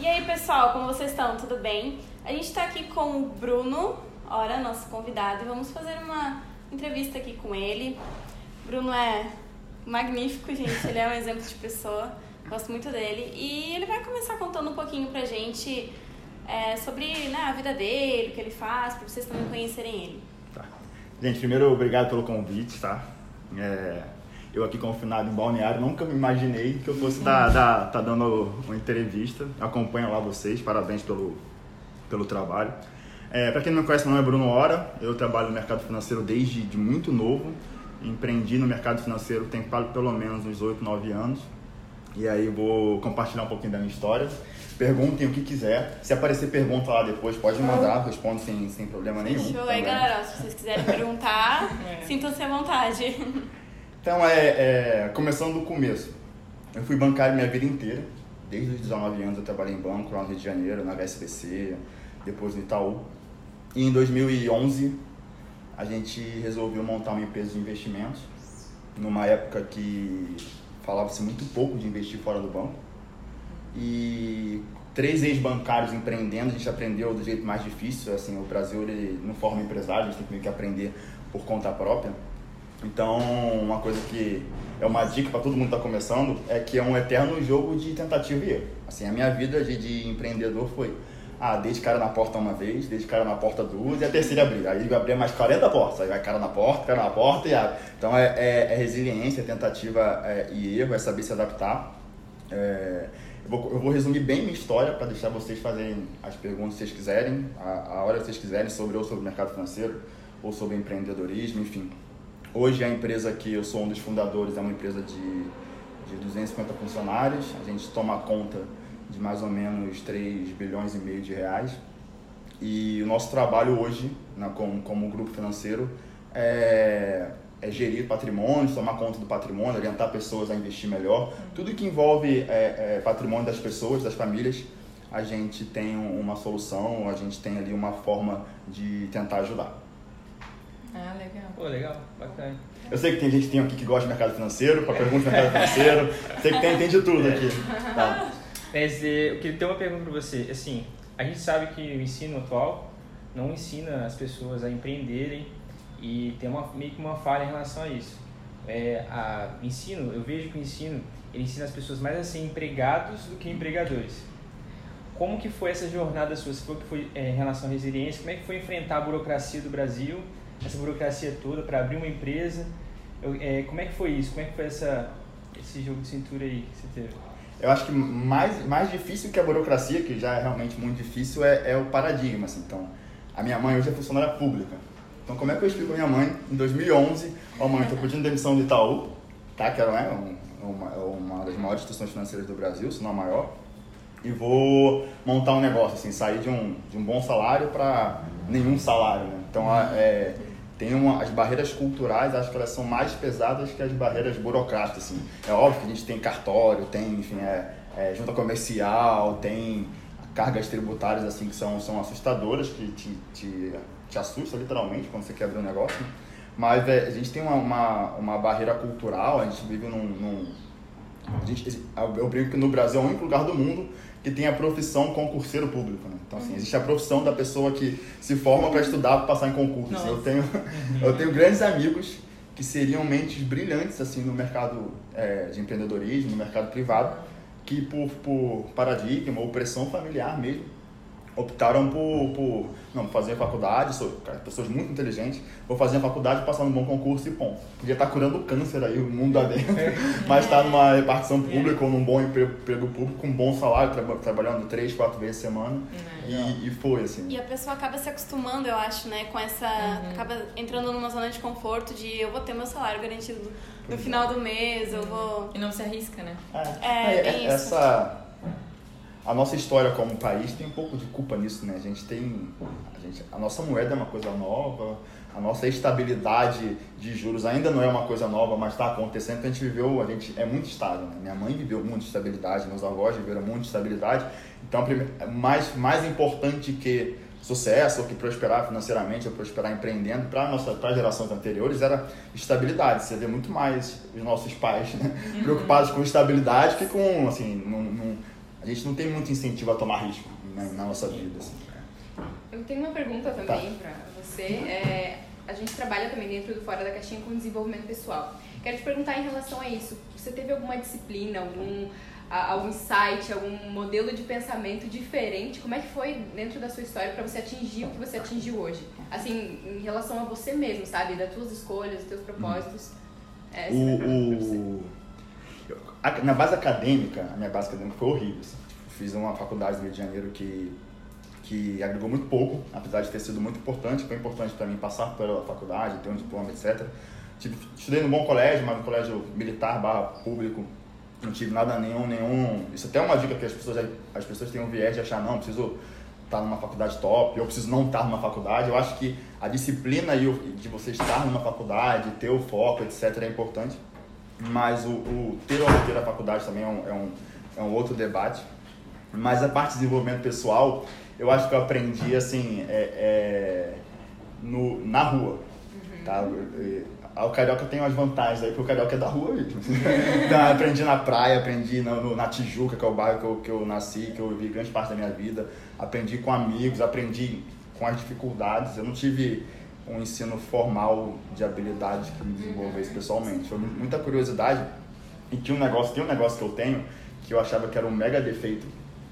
E aí, pessoal, como vocês estão? Tudo bem? A gente está aqui com o Bruno, nosso convidado, e vamos fazer uma entrevista aqui com ele. Bruno é magnífico, gente, ele é um exemplo de pessoa, gosto muito dele. E ele vai começar contando um pouquinho pra gente sobre a vida dele, o que ele faz, para vocês também conhecerem ele. Tá. Gente, primeiro, obrigado pelo convite, tá? Eu aqui confinado em Balneário, nunca me imaginei que eu fosse tá dando uma entrevista. Eu acompanho lá vocês, parabéns pelo trabalho. Para quem não me conhece, meu nome é Bruno Hora, eu trabalho no mercado financeiro desde muito novo. Empreendi no mercado financeiro tem pelo menos uns 8, 9 anos. E aí vou compartilhar um pouquinho da minha história. Perguntem o que quiser. Se aparecer pergunta lá depois, pode mandar, respondo sem problema nenhum. Fechou aí, galera. Se vocês quiserem perguntar, sintam-se à vontade. Então, começando do começo. Eu fui bancário minha vida inteira. Desde os 19 anos eu trabalhei em banco lá no Rio de Janeiro, na HSBC, depois no Itaú. E em 2011 a gente resolveu montar uma empresa de investimentos, numa época que falava-se muito pouco de investir fora do banco. E 3 ex-bancários empreendendo, a gente aprendeu do jeito mais difícil. Assim, o Brasil ele não forma empresário, a gente tem que aprender por conta própria. Então, uma coisa que é uma dica para todo mundo que está começando é que é um eterno jogo de tentativa e erro. Assim, a minha vida de empreendedor foi dei de cara na porta uma vez, dei de cara na porta 2 e a terceira abrir. Aí eu abri mais 40 portas, aí vai cara na porta e abre. Então é resiliência, é tentativa e erro, é saber se adaptar. Eu vou resumir bem minha história para deixar vocês fazerem as perguntas que vocês quiserem, a hora que vocês quiserem, sobre o mercado financeiro ou sobre empreendedorismo, enfim. Hoje a empresa que eu sou um dos fundadores é uma empresa de 250 funcionários. A gente toma conta de mais ou menos 3 bilhões e meio de reais. E o nosso trabalho hoje, como grupo financeiro, é gerir patrimônios, tomar conta do patrimônio, orientar pessoas a investir melhor. Tudo que envolve patrimônio das pessoas, das famílias, a gente tem uma solução, a gente tem ali uma forma de tentar ajudar. Legal. Pô, legal, bacana. Eu sei que tem gente aqui que gosta de mercado financeiro, para perguntas de mercado financeiro, sei que tem de tudo aqui. Tá. Mas eu queria ter uma pergunta para você. Assim, a gente sabe que o ensino atual não ensina as pessoas a empreenderem e tem meio que uma falha em relação a isso. Eu vejo que o ensino ele ensina as pessoas mais a serem empregados do que empregadores. Como que foi essa jornada sua? Você falou que foi em relação à resiliência, como é que foi enfrentar a burocracia do Brasil, essa burocracia toda para abrir uma empresa? Como é que foi isso? Como é que foi esse jogo de cintura aí que você teve? Eu acho que mais difícil que a burocracia, que já é realmente muito difícil, é o paradigma. Assim. Então, a minha mãe hoje é funcionária pública. Então, como é que eu explico a minha mãe, em 2011, mãe, estou pedindo demissão do Itaú, tá? Que é uma das maiores instituições financeiras do Brasil, se não a maior, e vou montar um negócio, assim, sair de um bom salário para nenhum salário, né? Então, as barreiras culturais, acho que elas são mais pesadas que as barreiras burocráticas, assim. É óbvio que a gente tem cartório, tem, enfim, junta comercial, tem cargas tributárias, assim, que são assustadoras, que te assusta, literalmente, quando você quer abrir um negócio, né? Mas a gente tem uma barreira cultural, a gente vive eu brinco que no Brasil é o único lugar do mundo que tem a profissão concurseiro público, né? Então, assim, existe a profissão da pessoa que se forma para estudar, para passar em concurso. Assim, eu tenho grandes amigos que seriam mentes brilhantes, assim, no mercado de empreendedorismo, no mercado privado, que por paradigma ou pressão familiar mesmo, optaram por não fazer faculdade, pessoas muito inteligentes, vou fazer a faculdade, passar num bom concurso e ponto. Podia estar curando câncer aí, o mundo adentro, mas estar numa repartição pública ou num bom emprego público, com um bom salário, trabalhando 3, 4 vezes a semana, e foi assim. E a pessoa acaba se acostumando, eu acho, né, com essa... Acaba entrando numa zona de conforto de eu vou ter meu salário garantido no final do mês, eu vou... E não se arrisca, né? Bem isso. A nossa história como país tem um pouco de culpa nisso, né? A nossa moeda é uma coisa nova, a nossa estabilidade de juros ainda não é uma coisa nova, mas está acontecendo. Então a gente é muito estável, né? Minha mãe viveu muita estabilidade, meus avós viveram muita estabilidade. Então, mais importante que sucesso, ou que prosperar financeiramente, ou prosperar empreendendo, para as gerações anteriores, era estabilidade. Você vê muito mais os nossos pais, né? Preocupados com estabilidade que com, assim, a gente não tem muito incentivo a tomar risco, né, na nossa vida. Assim. Eu tenho uma pergunta também para você. A gente trabalha também dentro do Fora da Caixinha com desenvolvimento pessoal. Quero te perguntar em relação a isso. Você teve alguma disciplina, algum insight, algum modelo de pensamento diferente? Como é que foi dentro da sua história para você atingir o que você atingiu hoje? Assim, em relação a você mesmo, sabe? Das tuas escolhas, dos teus propósitos. A minha base acadêmica foi horrível. Assim. Fiz uma faculdade no Rio de Janeiro que agregou muito pouco, apesar de ter sido muito importante. Foi importante para mim passar pela faculdade, ter um diploma, etc. Estudei num bom colégio, mas no colégio militar / público. Não tive nada nenhum... Isso até é uma dica que as pessoas têm um viés de achar, não, preciso estar numa faculdade top, eu preciso não estar numa faculdade. Eu acho que a disciplina de você estar numa faculdade, ter o foco, etc. é importante. Mas o ter ou não ter a faculdade também é um outro debate. Mas a parte de desenvolvimento pessoal, eu acho que eu aprendi assim, na rua. Tá? O carioca tem umas vantagens aí, porque o carioca é da rua mesmo. Então, eu aprendi na praia, aprendi na Tijuca, que é o bairro que eu nasci, que eu vivi grande parte da minha vida. Aprendi com amigos, aprendi com as dificuldades. Eu não tive um ensino formal de habilidade que me desenvolvesse pessoalmente. Foi muita curiosidade. E tinha um negócio que eu tenho, que eu achava que era um mega defeito,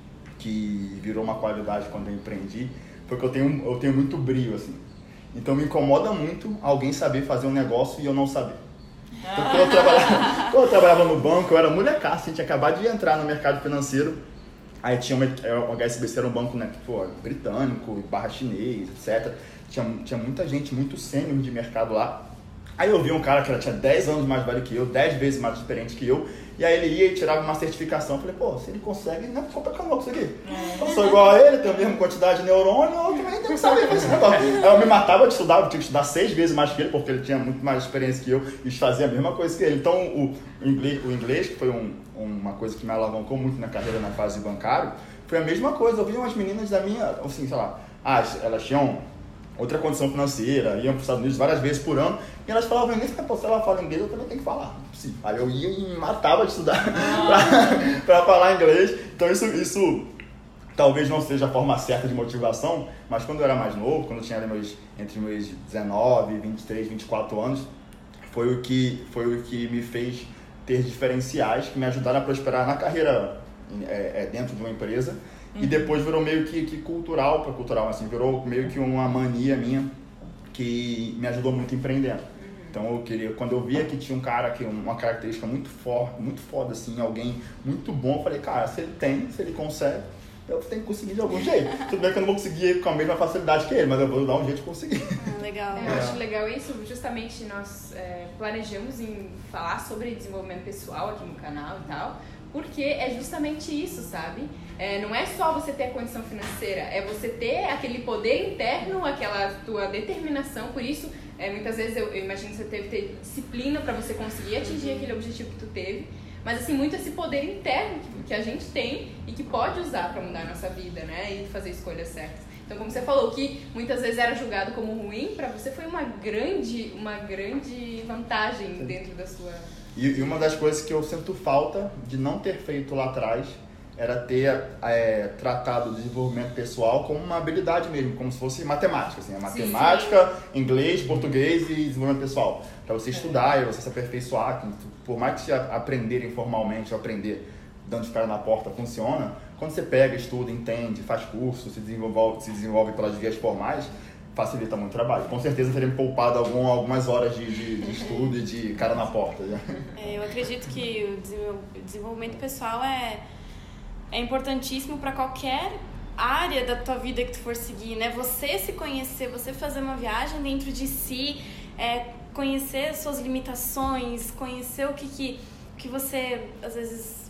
que virou uma qualidade quando eu empreendi, foi que eu tenho muito brio, assim. Então me incomoda muito alguém saber fazer um negócio e eu não saber. Então, quando eu trabalhava no banco, eu era molecaço, tinha acabado de entrar no mercado financeiro. Aí tinha o HSBC era um banco, né, britânico, / chinês, etc. Tinha muita gente, muito sênior de mercado lá. Aí eu vi um cara que tinha 10 anos mais velho que eu, 10 vezes mais experiente que eu, e aí ele ia e tirava uma certificação. Eu falei, se ele consegue, não é pra comprar canal com isso aqui. Eu sou igual a ele, tenho a mesma quantidade de neurônio, eu também tenho que saber fazer esse negócio. Aí eu me matava de estudar, eu tinha que estudar 6 vezes mais que ele, porque ele tinha muito mais experiência que eu, e fazia a mesma coisa que ele. Então o inglês, que foi uma coisa que me alavancou muito na carreira na fase de bancário, foi a mesma coisa. Eu vi umas meninas da minha, assim, sei lá, elas tinham outra condição financeira, iam para os Estados Unidos várias vezes por ano, e elas falavam inglês, se ela fala inglês, eu também tenho que falar. Sim. Aí eu ia e me matava de estudar para falar inglês. Então isso talvez não seja a forma certa de motivação, mas quando eu era mais novo, quando eu tinha entre meus 19, 23, 24 anos, foi o que me fez ter diferenciais que me ajudaram a prosperar na carreira dentro de uma empresa. E depois virou meio que cultural, assim, virou meio que uma mania minha que me ajudou muito empreendendo. Então quando eu via que tinha um cara que uma característica muito foda, assim, alguém muito bom, eu falei, cara, se ele consegue, eu tenho que conseguir de algum jeito. Tudo bem que eu não vou conseguir com a mesma facilidade que ele, mas eu vou dar um jeito de conseguir. Legal. Eu acho legal isso, justamente nós planejamos em falar sobre desenvolvimento pessoal aqui no canal e tal, porque é justamente isso, sabe? Não é só você ter a condição financeira, é você ter aquele poder interno, aquela tua determinação. Por isso, muitas vezes eu imagino que você teve que ter disciplina para você conseguir atingir aquele objetivo que tu teve, mas assim, muito esse poder interno que a gente tem e que pode usar para mudar a nossa vida, né? E fazer escolhas certas. Então, como você falou, que muitas vezes era julgado como ruim, para você foi uma grande vantagem dentro da sua... E uma das coisas que eu sinto falta de não ter feito lá atrás era ter tratado o desenvolvimento pessoal como uma habilidade mesmo, como se fosse matemática. Assim, matemática, inglês, português e desenvolvimento pessoal. Para você estudar e você se aperfeiçoar, por mais que você aprender informalmente ou aprender dando de cara na porta funciona, quando você pega, estuda, entende, faz curso, se desenvolve pelas vias formais, facilita muito o trabalho. Com certeza teria me poupado algumas horas de estudo e de cara na porta. Eu acredito que o desenvolvimento pessoal é importantíssimo para qualquer área da tua vida que tu for seguir, né? Você se conhecer, você fazer uma viagem dentro de si, conhecer as suas limitações, conhecer o que você, às vezes,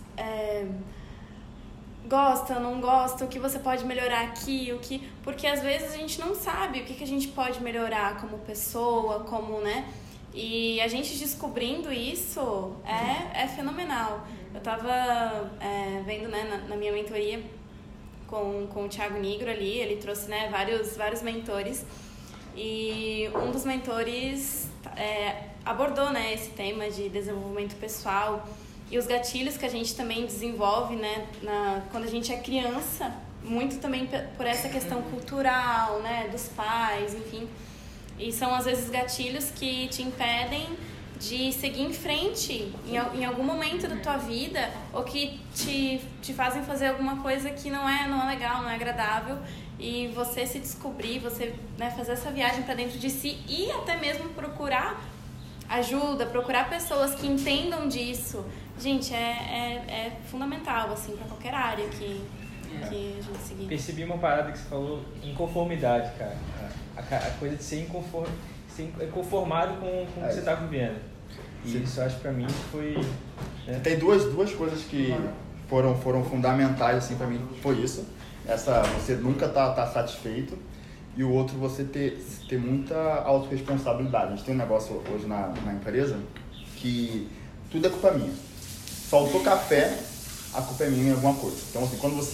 gosta, não gosta, o que você pode melhorar aqui, porque às vezes a gente não sabe o que a gente pode melhorar como pessoa, como, né? E a gente descobrindo isso é fenomenal. Eu tava vendo, né, na minha mentoria com o Thiago Nigro ali, ele trouxe, né, vários mentores, e um dos mentores abordou, né, esse tema de desenvolvimento pessoal. E os gatilhos que a gente também desenvolve, né, quando a gente é criança, muito também por essa questão cultural, né, dos pais, enfim. E são, às vezes, gatilhos que te impedem de seguir em frente em algum momento da tua vida, ou que te fazem fazer alguma coisa que não é legal, não é agradável, e você se descobrir, você, né, fazer essa viagem para dentro de si e até mesmo procurar ajuda, procurar pessoas que entendam disso. Gente, é fundamental, assim, para qualquer área que a gente seguir. Percebi uma parada que você falou, inconformidade, cara. A coisa de ser conformado com o que você está vivendo. E isso, acho que pra mim foi... Né? Tem duas coisas que foram fundamentais, assim, pra mim, foi isso. Você nunca tá satisfeito, e o outro, você ter muita autorresponsabilidade. A gente tem um negócio hoje na empresa que tudo é culpa minha. Faltou café, a culpa é minha em alguma coisa. Então, assim, quando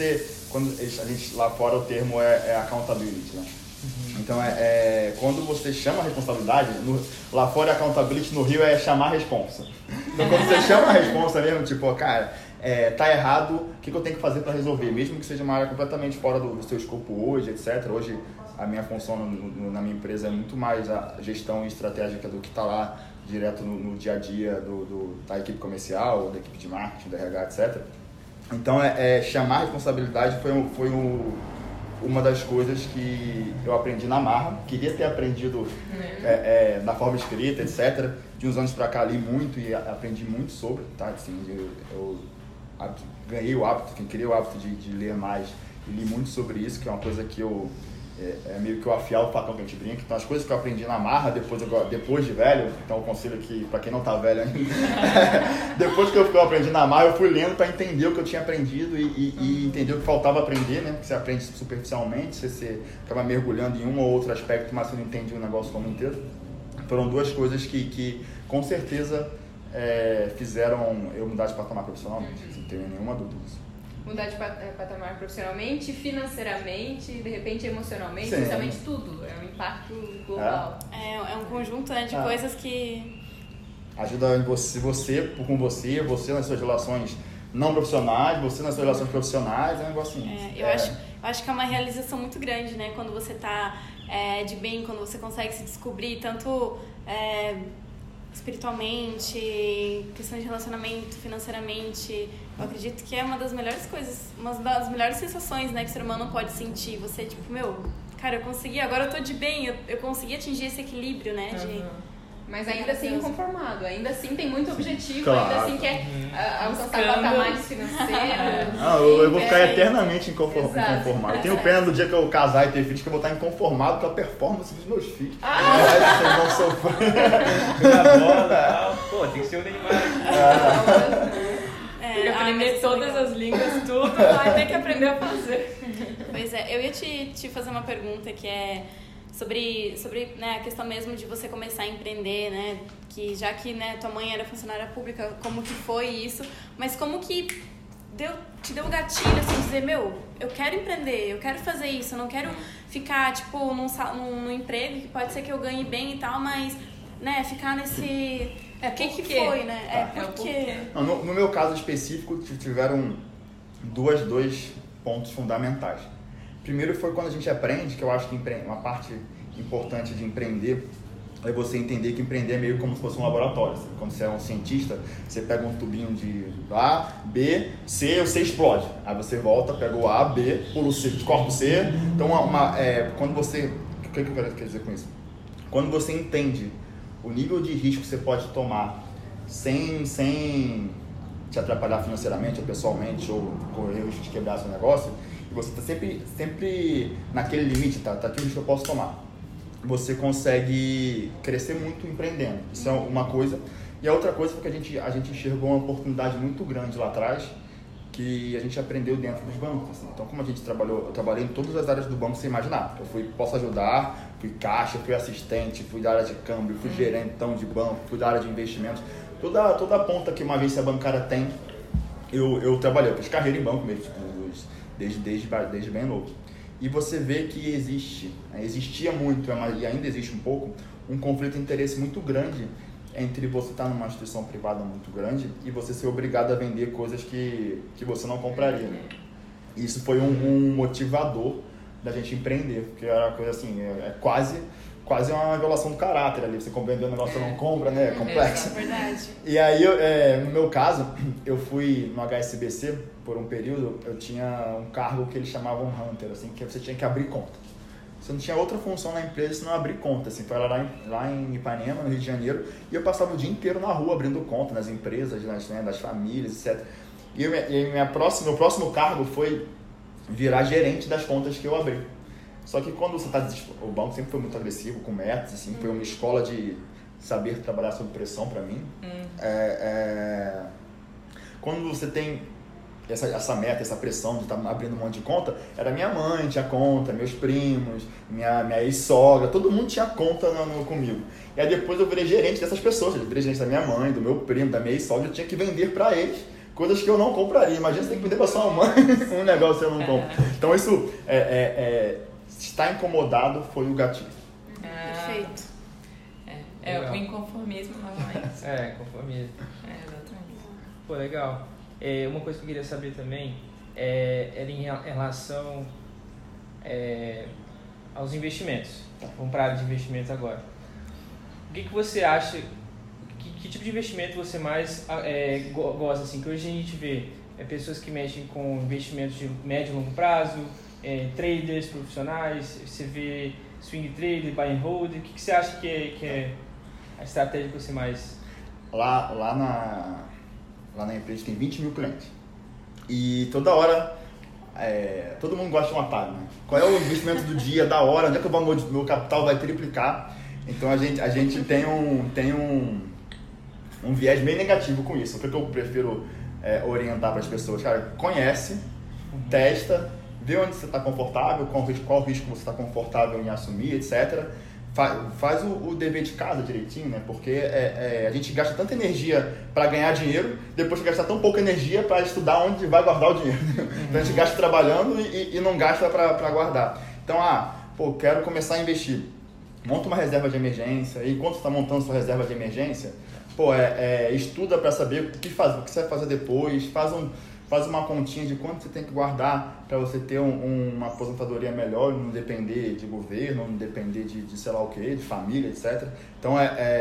a gente lá fora o termo é accountability, né? Então, quando você chama a responsabilidade, lá fora accountability, no Rio é chamar a responsa. Então, quando você chama a responsa mesmo, tipo, cara, tá errado, o que eu tenho que fazer para resolver? Mesmo que seja uma área completamente fora do seu escopo hoje, etc. Hoje, a minha função na minha empresa é muito mais a gestão estratégica do que está lá direto no dia a dia da equipe comercial, da equipe de marketing, da RH, etc. Então, chamar a responsabilidade foi uma das coisas que eu aprendi na marra. Queria ter aprendido na forma escrita, etc. De uns anos pra cá li muito e aprendi muito sobre, tá? Assim, eu ganhei o hábito, criei o hábito de ler mais e li muito sobre isso, que é uma coisa que é meio que eu afiar o facão que a gente brinca. Então, as coisas que eu aprendi na marra, depois de velho, então eu conselho que, pra quem não tá velho ainda, depois que eu aprendi na marra, eu fui lendo pra entender o que eu tinha aprendido e entender o que faltava aprender, né? Porque você aprende superficialmente, você acaba mergulhando em um ou outro aspecto, mas você não entende o negócio como inteiro. Foram duas coisas que com certeza, fizeram eu mudar de patamar profissionalmente, sem ter nenhuma dúvida. Mudar de patamar profissionalmente, financeiramente, de repente emocionalmente, Sim. Socialmente, tudo. É um impacto global. É um conjunto, né, de coisas que... Ajuda você com você nas suas relações não profissionais, você nas suas relações profissionais, é um negócio assim. Eu acho que é uma realização muito grande, né, quando você tá de bem, quando você consegue se descobrir, tanto... espiritualmente, questão de relacionamento, financeiramente. Eu acredito que é uma das melhores coisas, uma das melhores sensações, né, que o ser humano pode sentir. Você, tipo, cara, eu consegui, agora eu tô de bem, eu consegui atingir esse equilíbrio, né, Mas ainda assim inconformado, ainda assim tem muito objetivo, claro. Ainda assim quer alcançar patamares financeiros. Eu vou ficar eternamente inconformado. Eu tenho pena do dia que eu casar e ter filhos, que eu vou estar inconformado com a performance dos meus filhos. Vocês vão sofrer. Na bola, pô, tem que ser o Neymar. Tem que aprender todas as línguas, tudo, vai ter que aprender a fazer. Pois é, eu ia te fazer uma pergunta que é sobre né, a questão mesmo de você começar a empreender, né? Que já que, né, tua mãe era funcionária pública, como que foi isso? Mas como que te deu o gatilho, assim, de dizer, eu quero empreender, eu quero fazer isso, eu não quero ficar, tipo, num emprego que pode ser que eu ganhe bem e tal, mas, né, ficar nesse... O que foi, né? Porque... No meu caso específico, tiveram dois pontos fundamentais. Primeiro foi quando a gente aprende, que eu acho que uma parte importante de empreender é você entender que empreender é meio como se fosse um laboratório. Assim. Quando você é um cientista, você pega um tubinho de A, B, C, você explode. Aí você volta, pega o A, B, pula o C, corta o C. Então, quando você... O que eu quero dizer com isso? Quando você entende o nível de risco que você pode tomar sem te atrapalhar financeiramente ou pessoalmente ou correr o risco de quebrar seu negócio, e você está sempre naquele limite, tá aqui o risco que eu posso tomar. Você consegue crescer muito empreendendo. Isso é uma coisa. E a outra coisa foi que a gente enxergou uma oportunidade muito grande lá atrás, que a gente aprendeu dentro dos bancos. Assim. Então, como a gente eu trabalhei em todas as áreas do banco sem imaginar. Posso ajudar, fui caixa, fui assistente, fui da área de câmbio, fui gerentão de banco, fui da área de investimentos. Toda a ponta que uma agência bancária tem, eu trabalhei. Eu fiz carreira em banco mesmo, desde bem novo. E você vê que existia muito, e ainda existe um pouco, um conflito de interesse muito grande entre você estar numa instituição privada muito grande e você ser obrigado a vender coisas que você não compraria. Né? Isso foi um motivador da gente empreender, porque era uma coisa assim, quase uma violação do caráter ali, você vender um negócio que você não compra, né? É complexo. É verdade. E aí, no meu caso, eu fui no HSBC por um período, eu tinha um cargo que eles chamavam Hunter, assim, que você tinha que abrir conta. Você não tinha outra função na empresa senão abrir conta, assim, foi lá em Ipanema, no Rio de Janeiro, e eu passava o dia inteiro na rua abrindo conta nas empresas, das famílias, etc. E meu próximo cargo foi virar gerente das contas que eu abri. Só que quando você o banco sempre foi muito agressivo, com metas, assim, foi uma escola de saber trabalhar sob pressão para mim. Quando você tem essa meta, essa pressão de estar abrindo um monte de conta, era minha mãe tinha conta, meus primos, minha ex-sogra, todo mundo tinha conta comigo. E aí depois eu virei gerente dessas pessoas, eu virei gerente da minha mãe, do meu primo, da minha ex-sogra, eu tinha que vender para eles coisas que eu não compraria. Imagina você tem que vender para sua mãe um negócio que eu não compro. Então isso estar incomodado foi o gatilho. Perfeito. O inconformismo novamente. Conformismo. Exatamente. Pô, legal. Uma coisa que eu queria saber também era em relação aos investimentos. Vamos para a área de investimentos agora. O que você acha, que tipo de investimento você mais gosta? Assim, que hoje a gente vê pessoas que mexem com investimentos de médio e longo prazo, traders profissionais, você vê swing trader, buy and hold. O que você acha que é a estratégia que você mais... Lá na empresa tem 20 mil clientes. E toda hora, todo mundo gosta de um atalho, né? Qual é o investimento do dia, da hora, onde é que o meu capital vai triplicar? Então a gente tem um viés bem negativo com isso. O que eu prefiro orientar para as pessoas? Cara, conhece, testa, vê onde você está confortável, qual risco você está confortável em assumir, etc. Faz o dever de casa direitinho, né? Porque a gente gasta tanta energia para ganhar dinheiro, depois gasta tão pouca energia para estudar onde vai guardar o dinheiro. Então a gente gasta trabalhando e não gasta para guardar. Então, quero começar a investir. Monta uma reserva de emergência. E enquanto você está montando sua reserva de emergência, estuda para saber o que você vai fazer depois. Faz uma continha de quanto você tem que guardar para você ter uma aposentadoria melhor, não depender de governo, não depender de sei lá o que, de família, etc. Então,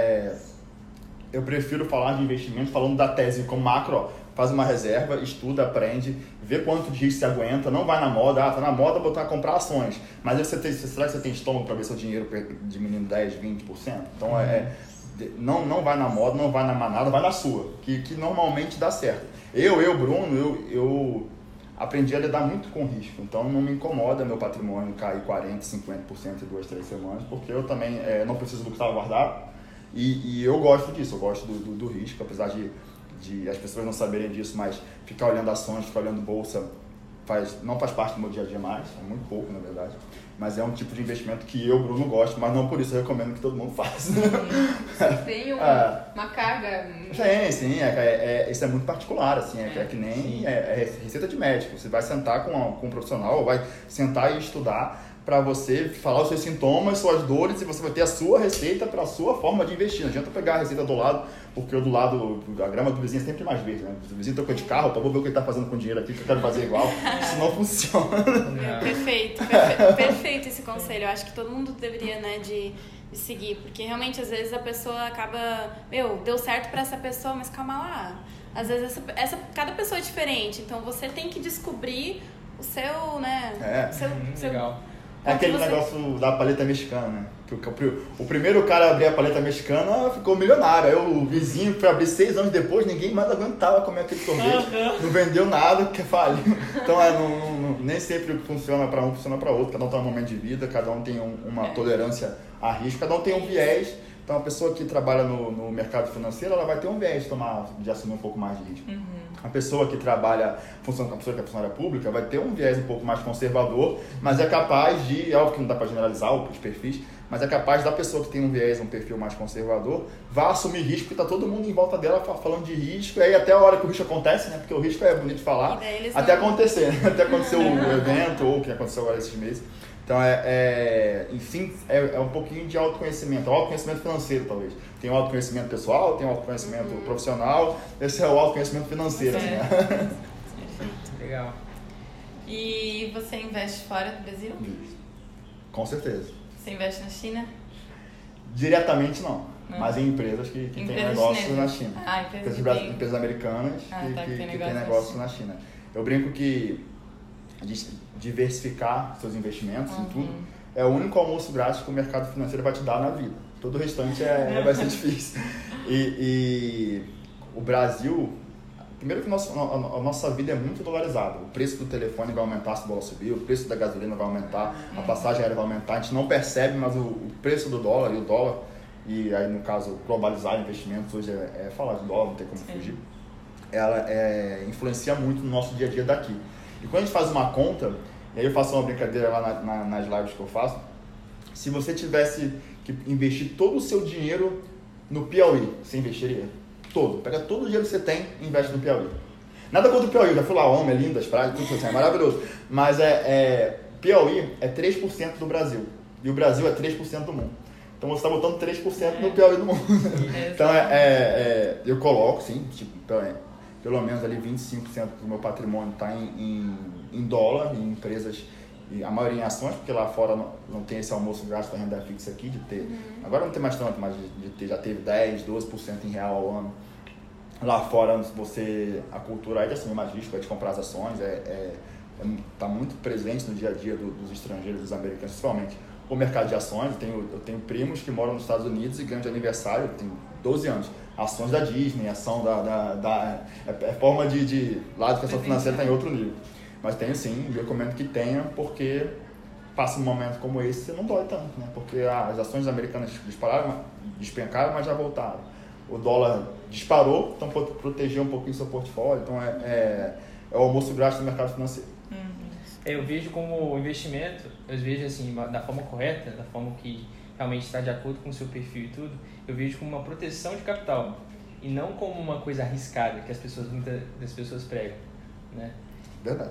eu prefiro falar de investimento falando da tese como macro. Faz uma reserva, estuda, aprende, vê quanto de risco você aguenta, não vai na moda, tá na moda botar a comprar ações. Mas será que você tem estômago para ver seu dinheiro diminuindo 10%, 20%? Então, não vai na moda, não vai na manada, vai na sua, que normalmente dá certo. Bruno, eu aprendi a lidar muito com risco, então não me incomoda meu patrimônio cair 40%, 50% em 2, 3 semanas, porque eu também não preciso do que estava guardado e eu gosto disso, eu gosto do risco, apesar de as pessoas não saberem disso, mas ficar olhando ações, ficar olhando bolsa, não faz parte do meu dia a dia mais, é muito pouco na verdade, mas é um tipo de investimento que Bruno, gosto, mas não por isso eu recomendo que todo mundo faça. Você tem uma carga... Sim, isso é muito particular, assim, que nem receita de médico, você vai sentar com um profissional, vai sentar e estudar para você falar os seus sintomas, suas dores, e você vai ter a sua receita para a sua forma de investir. Não adianta pegar a receita do lado, porque o do lado, a grama do vizinho é sempre mais verde, né? O vizinho trocou de carro, vou ver o que ele está fazendo com o dinheiro aqui, que eu quero fazer igual. Isso não funciona. Perfeito esse conselho. Eu acho que todo mundo deveria, né, de seguir, porque realmente às vezes a pessoa acaba, deu certo para essa pessoa, mas calma lá. Às vezes cada pessoa é diferente, então você tem que descobrir o seu, né? Legal. É aquele negócio da paleta mexicana, né? Que o primeiro cara a abrir a paleta mexicana ficou milionário. Aí o vizinho foi abrir 6 anos depois, ninguém mais aguentava comer aquele sorvete. Não vendeu nada, porque faliu. Então nem sempre o que funciona para um funciona para outro. Cada um tem um momento de vida, cada um tem uma tolerância a risco, cada um tem um viés. Então a pessoa que trabalha no mercado financeiro, ela vai ter um viés de assumir um pouco mais de risco. A pessoa que trabalha, a pessoa que é funcionária pública, vai ter um viés um pouco mais conservador, mas é capaz de, óbvio que não dá para generalizar os perfis, mas é capaz da pessoa que tem um viés, um perfil mais conservador, vá assumir risco, porque está todo mundo em volta dela falando de risco, e aí até a hora que o risco acontece, né? Porque o risco é bonito de falar, até acontecer, né? Até acontecer o evento, ou o que aconteceu agora esses meses. Então, enfim, é um pouquinho de autoconhecimento, autoconhecimento financeiro, talvez. Tem o autoconhecimento pessoal, tem o autoconhecimento profissional, esse é o autoconhecimento financeiro. Assim, né? Legal. E você investe fora do Brasil? Com certeza. Você investe na China? Diretamente não, mas em empresas que têm negócio na China. Empresas americanas que têm negócio na China. Eu brinco que diversificar seus investimentos em tudo é o único almoço grátis que o mercado financeiro vai te dar na vida. Todo o restante vai ser difícil. E o Brasil, primeiro que a nossa vida é muito dolarizada. O preço do telefone vai aumentar se o dólar subir, o preço da gasolina vai aumentar, a passagem aérea vai aumentar. A gente não percebe, mas o preço do dólar e o dólar, e aí no caso globalizar investimentos, hoje é falar de dólar, não tem como fugir, ela influencia muito no nosso dia a dia daqui. E quando a gente faz uma conta, e aí eu faço uma brincadeira lá nas lives que eu faço, se você tivesse que investir todo o seu dinheiro no Piauí, você investiria? Todo. Pega todo o dinheiro que você tem e investe no Piauí. Nada contra o Piauí, já fui lá, homem, é lindo, as praias, tudo assim, é maravilhoso. Mas Piauí é 3% do Brasil. E o Brasil é 3% do mundo. Então você está botando 3% no Piauí do mundo. Então eu coloco, sim, tipo, pelo menos ali 25% do meu patrimônio está em dólar, em empresas, e a maioria em ações, porque lá fora não tem esse almoço grátis da renda fixa aqui, de ter, agora não tem mais tanto, mas já teve 10%, 12% em real ao ano. Lá fora a cultura é de assumir mais risco, é de comprar as ações, está muito presente no dia a dia dos estrangeiros, dos americanos, principalmente o mercado de ações. Eu tenho primos que moram nos Estados Unidos e ganham de aniversário, tem 12 anos, ações da Disney, ação forma de lá a educação financeira está em outro nível. Mas tenho sim, eu recomendo que tenha, porque passa um momento como esse, você não dói tanto, né? Porque as ações americanas despencaram, mas já voltaram. O dólar disparou, então proteger um pouquinho o seu portfólio. Então é o almoço grátis do mercado financeiro. Eu vejo como investimento, eu vejo assim, da forma correta, da forma que realmente está de acordo com o seu perfil e tudo, eu vejo como uma proteção de capital e não como uma coisa arriscada que muitas das pessoas pregam, né? Verdade.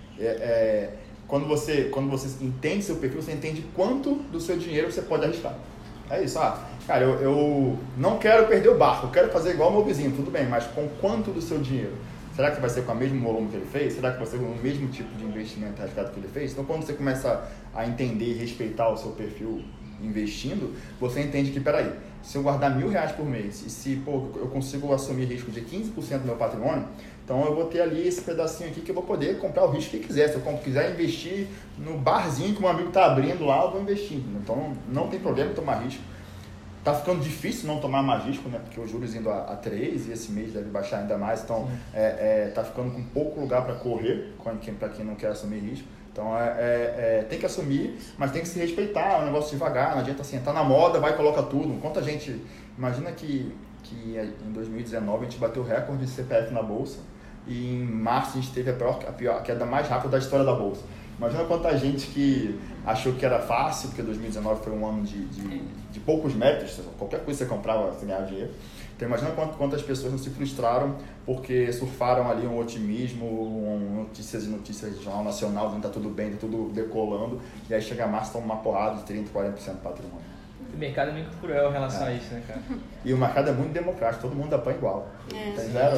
Quando você entende seu perfil, você entende quanto do seu dinheiro você pode arriscar. É isso. Cara, eu não quero perder o barco, eu quero fazer igual o meu vizinho, tudo bem, mas com quanto do seu dinheiro? Será que vai ser com o mesmo volume que ele fez? Será que vai ser com o mesmo tipo de investimento arriscado que ele fez? Então, quando você começa a entender e respeitar o seu perfil investindo, você entende que, peraí, se eu guardar R$1.000 por mês e se eu consigo assumir risco de 15% do meu patrimônio, então eu vou ter ali esse pedacinho aqui que eu vou poder comprar o risco que quiser. Se eu quiser investir no barzinho que um amigo está abrindo lá, eu vou investir. Então não tem problema em tomar risco. Tá ficando difícil não tomar mais risco, né? Porque os juros indo a 3 e esse mês deve baixar ainda mais. Então tá ficando com pouco lugar para correr para quem não quer assumir risco. Então tem que assumir, mas tem que se respeitar, é um negócio devagar, não adianta assim, tá na moda, vai e coloca tudo. Quanta gente, imagina que em 2019 a gente bateu o recorde de CPF na Bolsa e em março a gente teve a queda mais rápida da história da Bolsa. Imagina quanta gente que achou que era fácil, porque 2019 foi um ano de poucos métodos, qualquer coisa que você comprava, você ganhava dinheiro. Então imagina quantas pessoas não se frustraram porque surfaram ali um otimismo, notícias de jornal nacional, dizendo que tá tudo bem, tá tudo decolando, e aí chega a março e toma uma porrada de 30%, 40% do patrimônio. O mercado é muito cruel em relação a isso, né, cara? E o mercado é muito democrático, todo mundo dá pão igual. Tem zero.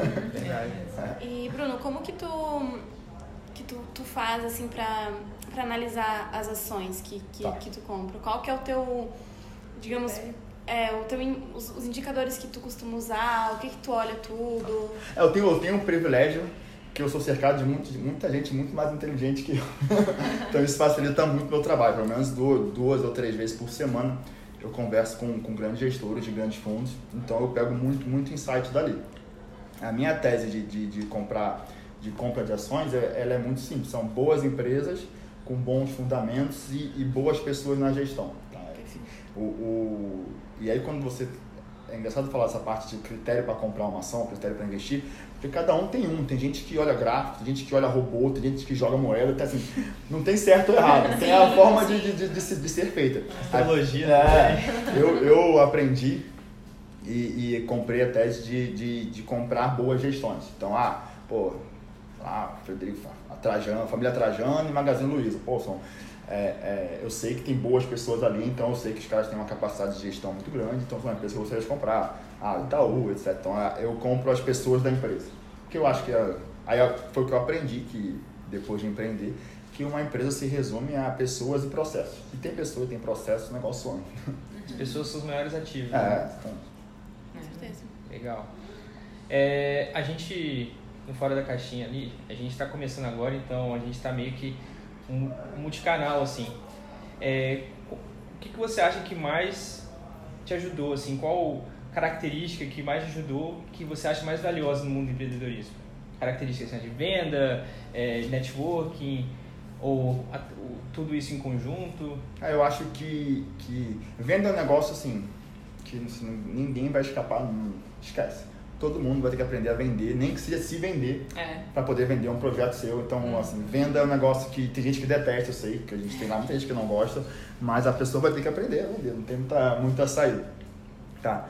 E Bruno, como que tu faz assim pra analisar as ações que tu compra? Qual que é o teu, digamos, os indicadores que tu costuma usar? O que tu olha tudo? Eu tenho um privilégio que eu sou cercado de muita gente muito mais inteligente que eu. Então isso facilita muito o meu trabalho. Pelo menos 2 ou 3 vezes por semana eu converso com grandes gestores de grandes fundos. Então eu pego muito insight dali. A minha tese de compra de ações ela é muito simples. São boas empresas com bons fundamentos e boas pessoas na gestão. Tá? E aí quando você... É engraçado falar essa parte de critério para comprar uma ação, critério para investir, Porque cada um tem um. Tem gente que olha gráfico, tem gente que olha robô, tem gente que joga moeda. Então, assim, não tem certo ou errado. Tem a forma de ser feita. Astrologia. Eu aprendi e comprei a tese de comprar boas gestões. Então, Frederico Trajano, família Trajano e Magazine Luiza. Pô, eu sei que tem boas pessoas ali, então eu sei que os caras têm uma capacidade de gestão muito grande, então são uma empresa que eu gostaria de comprar. Itaú, etc. Então eu compro as pessoas da empresa. Porque eu acho que aí foi o que eu aprendi, que depois de empreender, que uma empresa se resume a pessoas e processos. E tem pessoa e tem processo, o negócio some. As pessoas são os maiores ativos. Então. Com certeza. Legal. A gente, no Fora da Caixinha ali, a gente está começando agora, então a gente está meio que um multicanal, assim. O que você acha que mais te ajudou, assim? Qual característica que mais ajudou, que você acha mais valiosa no mundo do empreendedorismo? Características de venda, networking, ou tudo isso em conjunto? Eu acho que venda é um negócio assim, que ninguém vai escapar, não esquece. Todo mundo vai ter que aprender a vender, nem que seja se vender, para poder vender um projeto seu. Então, assim, venda é um negócio que tem gente que detesta, eu sei, que a gente tem lá muita gente que não gosta, mas a pessoa vai ter que aprender a vender, não tem muita saída. Tá?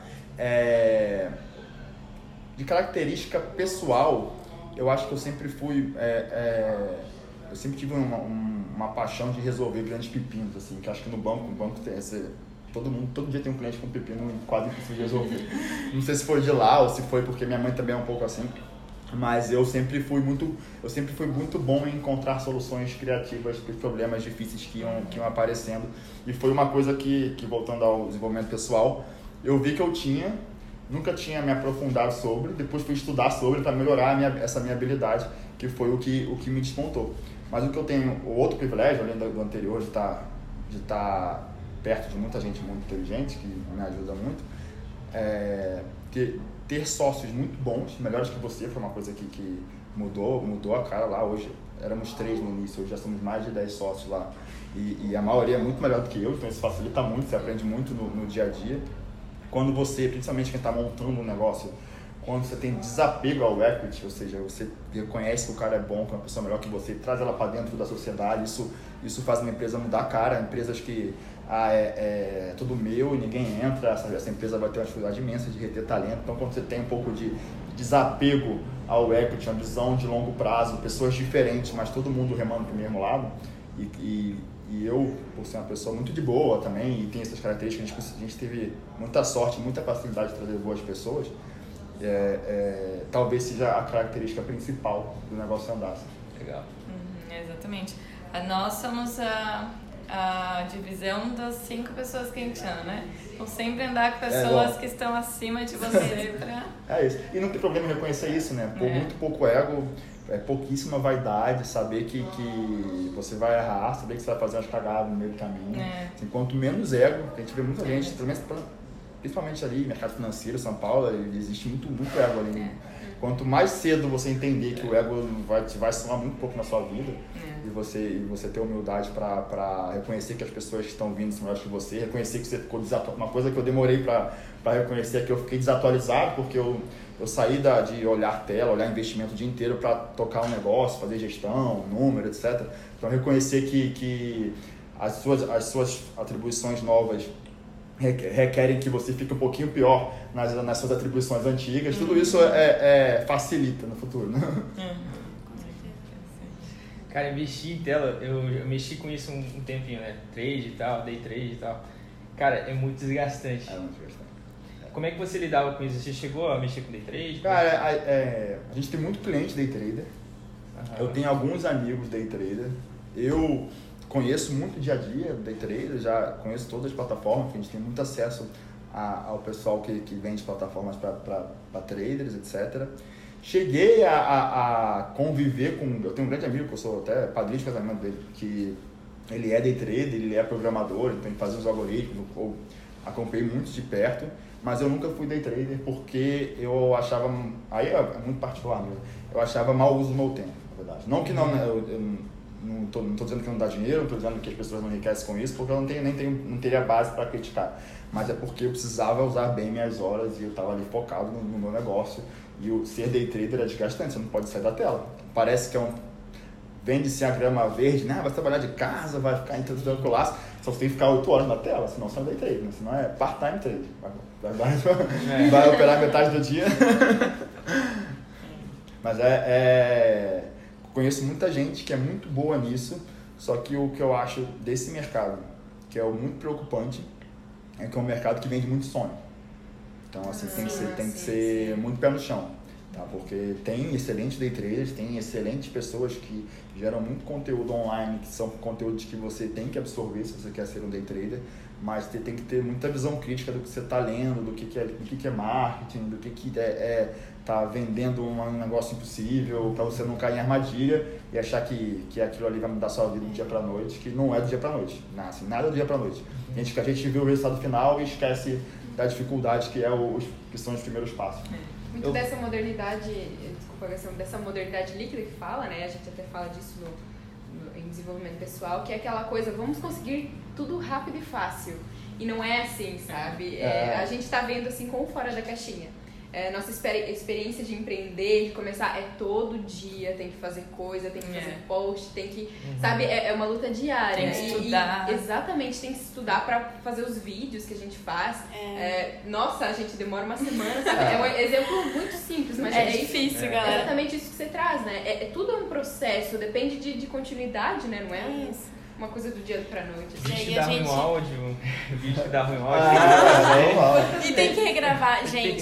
De característica pessoal, eu acho que eu sempre fui... eu sempre tive uma paixão de resolver grandes pepinos, assim, que acho que no banco tem esse... Todo dia tem um cliente com pepino quase impossível de resolver. Não sei se foi de lá ou se foi porque minha mãe também é um pouco assim, mas eu sempre fui muito bom em encontrar soluções criativas para os problemas difíceis que iam aparecendo. E foi uma coisa que, voltando ao desenvolvimento pessoal, eu vi que eu nunca tinha me aprofundado sobre, depois fui estudar sobre para melhorar essa minha habilidade, que foi o que me despontou. Mas o que eu tenho, o outro privilégio, além do anterior, de estar perto de muita gente muito inteligente, que me ajuda muito, ter sócios muito bons, melhores que você, foi uma coisa que mudou a cara lá. Hoje éramos 3 no início, hoje já somos mais de 10 sócios lá, e a maioria é muito melhor do que eu, então isso facilita muito, você aprende muito no dia a dia. Quando você, principalmente quem está montando um negócio, quando você tem desapego ao equity, ou seja, você reconhece que o cara é bom, que é uma pessoa melhor que você, traz ela para dentro da sociedade, isso faz uma empresa mudar a cara. Empresas que é tudo meu e ninguém entra, essa empresa vai ter uma dificuldade imensa de reter talento. Então, quando você tem um pouco de desapego ao equity, uma visão de longo prazo, pessoas diferentes, mas todo mundo remando para o mesmo lado, e eu, por ser uma pessoa muito de boa também, e tem essas características, a gente teve muita sorte, muita facilidade de trazer boas pessoas, talvez seja a característica principal do negócio andar. Legal. Exatamente. Nós somos a divisão das 5 pessoas que a gente anda, né? Então sempre andar com pessoas que estão acima de você pra... É isso. E não tem problema em reconhecer isso, né? Muito pouco ego, pouquíssima vaidade, saber que você vai errar, saber que você vai fazer umas cagadas no meio do caminho. Assim, quanto menos ego, a gente vê muita gente, principalmente ali, mercado financeiro, São Paulo, existe muito ego ali. Quanto mais cedo você entender que o ego vai somar muito pouco na sua vida, e você ter humildade para reconhecer que as pessoas que estão vindo são melhores que você, reconhecer que você ficou desatualizado. Uma coisa que eu demorei para reconhecer é que eu fiquei desatualizado, porque eu saí de olhar tela, olhar investimento o dia inteiro para tocar um negócio, fazer gestão, número, etc. Então, reconhecer que as suas atribuições novas requerem que você fique um pouquinho pior nas suas atribuições antigas. Tudo isso facilita no futuro, né? Cara, investir em tela, eu mexi com isso um tempinho, né? Trade e tal, day trade e tal. Cara, é muito desgastante. É muito desgastante. Como é que você lidava com isso? Você chegou a mexer com day trade? Cara, a gente tem muito cliente day trader. Eu tenho alguns amigos day trader. Eu conheço muito dia a dia day trader, já conheço todas as plataformas, porque a gente tem muito acesso ao pessoal que vende plataformas para traders, etc. Cheguei a conviver com... Eu tenho um grande amigo, que eu sou até padrinho de casamento dele, que ele é day trader, ele é programador, então ele faz uns algoritmos, eu acompanhei muito de perto, mas eu nunca fui day trader porque eu achava... Aí é muito particular mesmo. Eu achava mau uso do meu tempo, na verdade. Não que eu não estou dizendo que não dá dinheiro, não estou dizendo que as pessoas não enriquecem com isso, porque eu não teria base para criticar. Mas é porque eu precisava usar bem minhas horas e eu estava ali focado no meu negócio. E o ser day trader é desgastante, você não pode sair da tela. Parece que vende-se a grama verde, né? Vai trabalhar de casa, vai ficar entretendo com o laço. Só você tem que ficar 8 horas na tela, senão você não é day trader, né? Senão é part-time trader. Vai operar metade do dia. Mas conheço muita gente que é muito boa nisso, só que o que eu acho desse mercado, que é muito preocupante, é que é um mercado que vende muito sonho. Então, assim, tem que ser muito pé no chão, tá? Porque tem excelentes day traders, tem excelentes pessoas que geram muito conteúdo online, que são conteúdos que você tem que absorver se você quer ser um day trader, mas você tem que ter muita visão crítica do que você está lendo, do que é marketing, do que tá vendendo um negócio impossível, para você não cair em armadilha e achar que aquilo ali vai mudar sua vida do dia para noite, que não é do dia para noite, assim, nada do dia para noite. A gente vê o resultado final e esquece da dificuldade que são os primeiros passos. Muito dessa modernidade, dessa modernidade líquida que fala, né? A gente até fala disso em desenvolvimento pessoal, que é aquela coisa, vamos conseguir tudo rápido e fácil. E não é assim, sabe? A gente tá vendo assim como fora da caixinha. Nossa experiência de empreender, de começar, todo dia, tem que fazer coisa, tem que fazer post, tem que, sabe, é uma luta diária. Tem que estudar. Exatamente, tem que estudar pra fazer os vídeos que a gente faz. Nossa, a gente demora uma semana, sabe? É um exemplo muito simples, mas é difícil, galera. É exatamente isso que você traz, né? Tudo é um processo, depende de continuidade, né? Não é uma coisa do dia pra noite. Assim. Vídeo que dá ruim áudio, vídeo que dá ruim áudio. E tem que regravar, gente.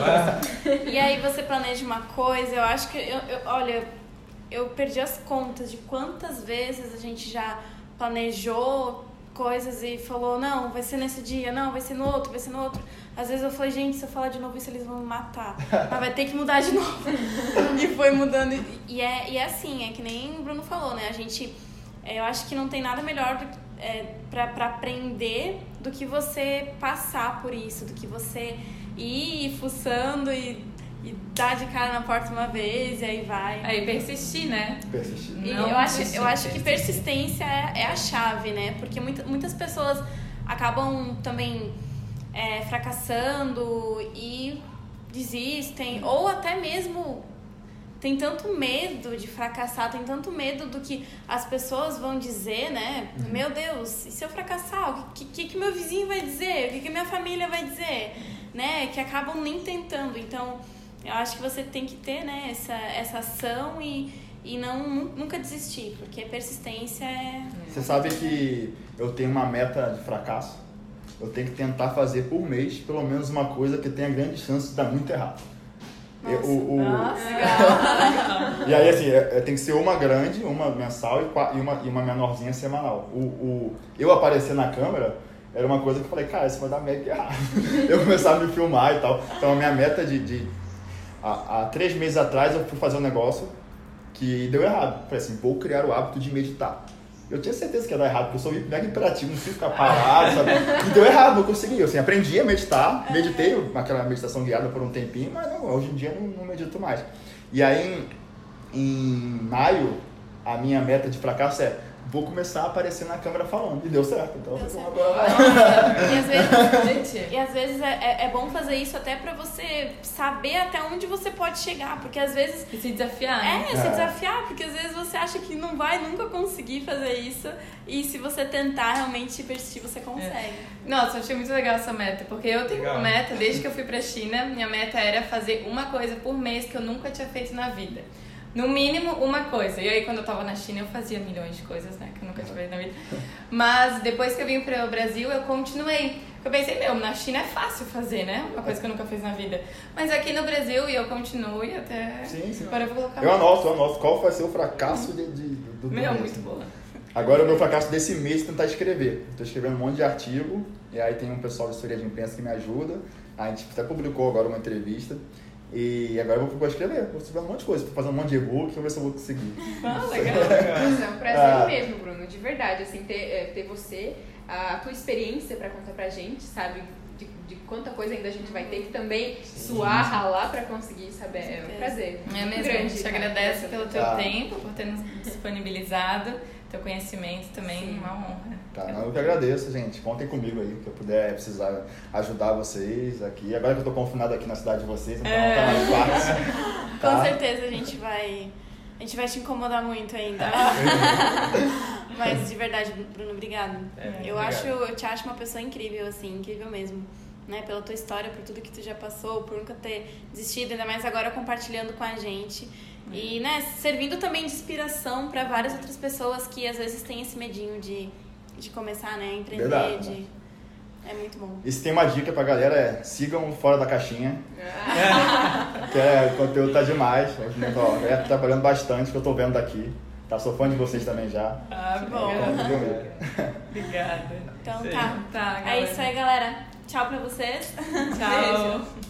E aí você planeja uma coisa, eu acho que, olha, eu perdi as contas de quantas vezes a gente já planejou coisas e falou, não, vai ser nesse dia, não, vai ser no outro, vai ser no outro. Às vezes eu falei, gente, se eu falar de novo isso, eles vão me matar. Mas vai ter que mudar de novo. E foi mudando. E é assim, é que nem o Bruno falou, né? Eu acho que não tem nada melhor pra aprender do que você passar por isso, do que você ir fuçando e dar de cara na porta uma vez e aí vai. Aí persistir, né? Persistir. E eu acho que persistência é a chave, né? Porque muitas pessoas acabam também fracassando e desistem, ou até mesmo tem tanto medo de fracassar, tem tanto medo do que as pessoas vão dizer, né? Meu Deus, e se eu fracassar? O que meu vizinho vai dizer? O que minha família vai dizer? Né? Que acabam nem tentando. Então, eu acho que você tem que ter, né, essa ação e nunca desistir, porque persistência Você sabe que eu tenho uma meta de fracasso? Eu tenho que tentar fazer por mês pelo menos uma coisa que tenha grande chance de dar muito errado. Nossa, E aí, assim, tem que ser uma grande, uma mensal e uma menorzinha semanal. Eu aparecer na câmera era uma coisa que eu falei, cara, isso vai dar mega errado. Eu começava a me filmar e tal. Então, a minha meta há 3 meses atrás, eu fui fazer um negócio que deu errado. Falei assim, vou criar o hábito de meditar. Eu tinha certeza que ia dar errado, porque eu sou mega imperativo, não preciso ficar parado, sabe? E deu errado, não consegui. Eu, assim, aprendi a meditar, meditei aquela meditação guiada por um tempinho, mas não, hoje em dia não medito mais. E aí, em maio, a minha meta de fracasso vou começar a aparecer na câmera falando. E deu certo. Então, E às vezes é bom fazer isso até pra você saber até onde você pode chegar. Porque às vezes... E se desafiar, né? Se desafiar. Porque às vezes você acha que não vai nunca conseguir fazer isso. E se você tentar realmente persistir, você consegue. Nossa, eu achei muito legal essa meta. Porque eu tenho uma meta, desde que eu fui pra China, minha meta era fazer uma coisa por mês que eu nunca tinha feito na vida. No mínimo, uma coisa. E aí, quando eu tava na China, eu fazia milhões de coisas, né? Que eu nunca tinha feito na vida. Mas, depois que eu vim pro Brasil, eu continuei. Eu pensei, na China é fácil fazer, né? Uma coisa que eu nunca fiz na vida. Mas aqui no Brasil, eu continuo e até... Sim. Agora eu vou colocar... Eu anoto. Qual vai ser o fracasso do mês? Muito boa. Agora, o meu fracasso desse mês é tentar escrever. Estou escrevendo um monte de artigo. E aí, tem um pessoal de assessoria de imprensa que me ajuda. A gente até publicou agora uma entrevista. E agora eu vou escrever, vou escrever um monte de coisa, vou fazer um monte de e-book, vamos ver se eu vou conseguir. Legal. É um prazer mesmo, Bruno, de verdade, assim, ter você, a tua experiência pra contar pra gente, sabe, de quanta coisa ainda a gente vai ter que também suar, ralar pra conseguir, sabe, é um prazer. É mesmo, grande, a gente agradece pelo teu tempo, por ter nos disponibilizado. teu conhecimento também, uma honra. Tá, eu que agradeço, gente. Contem comigo aí, que eu puder precisar ajudar vocês aqui. Agora que eu tô confinado aqui na cidade de vocês, então tá mais fácil. Com certeza a gente vai te incomodar muito ainda. Mas de verdade, Bruno, obrigado. Eu te acho uma pessoa incrível, assim, incrível mesmo. Né? Pela tua história, por tudo que tu já passou, por nunca ter desistido, ainda mais agora compartilhando com a gente. E, né, servindo também de inspiração para várias outras pessoas que às vezes têm esse medinho de começar, né, a empreender. Verdade. É muito bom. E se tem uma dica pra galera, sigam Fora da Caixinha. Que o conteúdo tá demais. A galera tá trabalhando bastante, que eu tô vendo daqui. Tá, sou fã de vocês também já. Que bom. Obrigada. Então tá. É isso aí, galera. Tchau pra vocês. Tchau. Beijo.